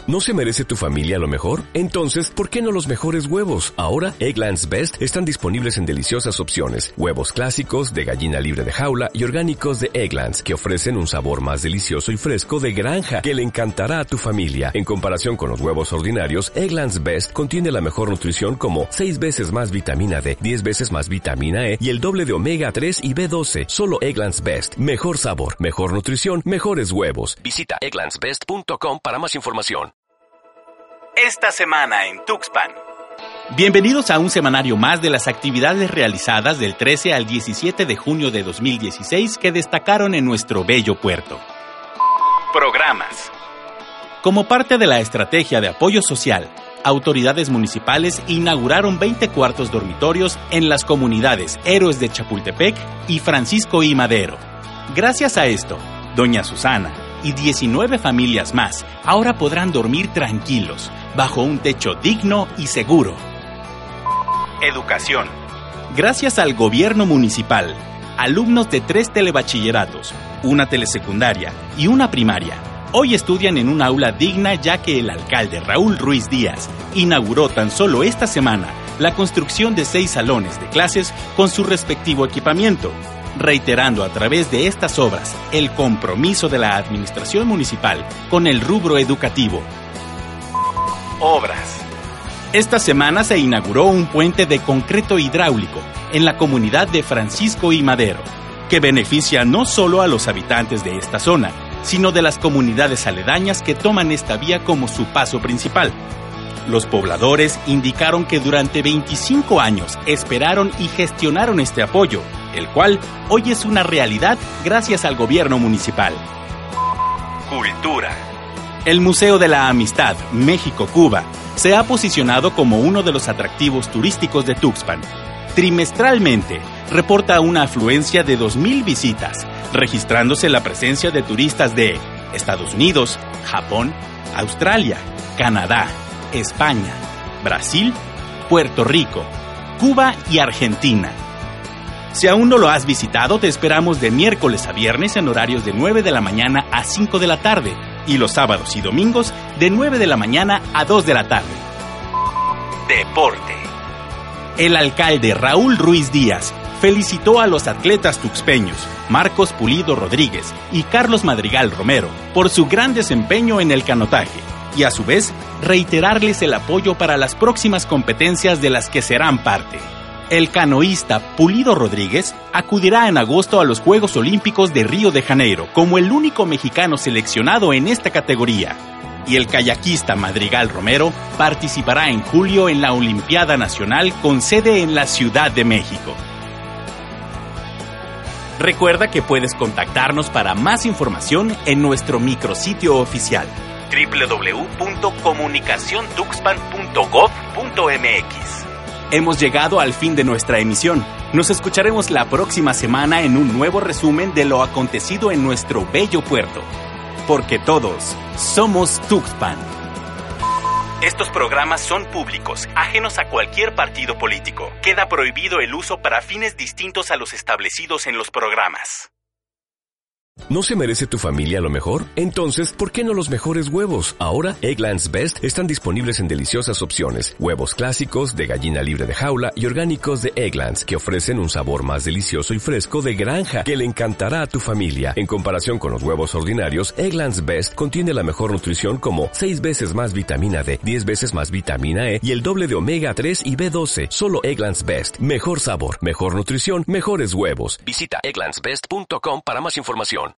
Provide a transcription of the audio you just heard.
¿No se merece tu familia lo mejor? Entonces, ¿por qué no los mejores huevos? Ahora, Eggland's Best están disponibles en deliciosas opciones. Huevos clásicos, de gallina libre de jaula y orgánicos de Eggland's, que ofrecen un sabor más delicioso y fresco de granja, que le encantará a tu familia. En comparación con los huevos ordinarios, Eggland's Best contiene la mejor nutrición como 6 veces más vitamina D, 10 veces más vitamina E y el doble de omega 3 y B12. Solo Eggland's Best. Mejor sabor, mejor nutrición, mejores huevos. Visita egglandsbest.com para más información. Esta semana en Tuxpan. Bienvenidos a un semanario más de las actividades realizadas del 13 al 17 de junio de 2016 que destacaron en nuestro bello puerto. Programas. Como parte de la estrategia de apoyo social, autoridades municipales inauguraron 20 cuartos dormitorios en las comunidades Héroes de Chapultepec y Francisco I. Madero. Gracias a esto, doña Susana y 19 familias más ahora podrán dormir tranquilos, bajo un techo digno y seguro. Educación. Gracias al gobierno municipal, alumnos de 3 telebachilleratos, una telesecundaria y una primaria, hoy estudian en un aula digna ya que el alcalde Raúl Ruiz Díaz inauguró tan solo esta semana la construcción de 6 salones de clases con su respectivo equipamiento, reiterando a través de estas obras el compromiso de la administración municipal con el rubro educativo. Obras. Esta semana se inauguró un puente de concreto hidráulico en la comunidad de Francisco I. Madero, que beneficia no solo a los habitantes de esta zona, sino de las comunidades aledañas que toman esta vía como su paso principal. Los pobladores indicaron que durante 25 años esperaron y gestionaron este apoyo, el cual hoy es una realidad gracias al gobierno municipal. Cultura. El Museo de la Amistad México-Cuba se ha posicionado como uno de los atractivos turísticos de Tuxpan. Trimestralmente reporta una afluencia de 2,000 visitas, registrándose la presencia de turistas de Estados Unidos, Japón, Australia, Canadá, España, Brasil, Puerto Rico, Cuba y Argentina. Si aún no lo has visitado, te esperamos de miércoles a viernes en horarios de 9 de la mañana a 5 de la tarde y los sábados y domingos de 9 de la mañana a 2 de la tarde. Deporte. El alcalde Raúl Ruiz Díaz felicitó a los atletas tuxpeños Marcos Pulido Rodríguez y Carlos Madrigal Romero por su gran desempeño en el canotaje y a su vez reiterarles el apoyo para las próximas competencias de las que serán parte. El canoísta Pulido Rodríguez acudirá en agosto a los Juegos Olímpicos de Río de Janeiro como el único mexicano seleccionado en esta categoría. Y el kayakista Madrigal Romero participará en julio en la Olimpiada Nacional con sede en la Ciudad de México. Recuerda que puedes contactarnos para más información en nuestro micrositio oficial www.comunicaciontuxpan.gov.mx. Hemos llegado al fin de nuestra emisión. Nos escucharemos la próxima semana en un nuevo resumen de lo acontecido en nuestro bello puerto. Porque todos somos Tuxpan. Estos programas son públicos, ajenos a cualquier partido político. Queda prohibido el uso para fines distintos a los establecidos en los programas. ¿No se merece tu familia lo mejor? Entonces, ¿por qué no los mejores huevos? Ahora, Eggland's Best están disponibles en deliciosas opciones. Huevos clásicos, de gallina libre de jaula y orgánicos de Eggland's, que ofrecen un sabor más delicioso y fresco de granja, que le encantará a tu familia. En comparación con los huevos ordinarios, Eggland's Best contiene la mejor nutrición como 6 veces más vitamina D, 10 veces más vitamina E y el doble de omega 3 y B12. Solo Eggland's Best. Mejor sabor, mejor nutrición, mejores huevos. Visita egglandsbest.com para más información.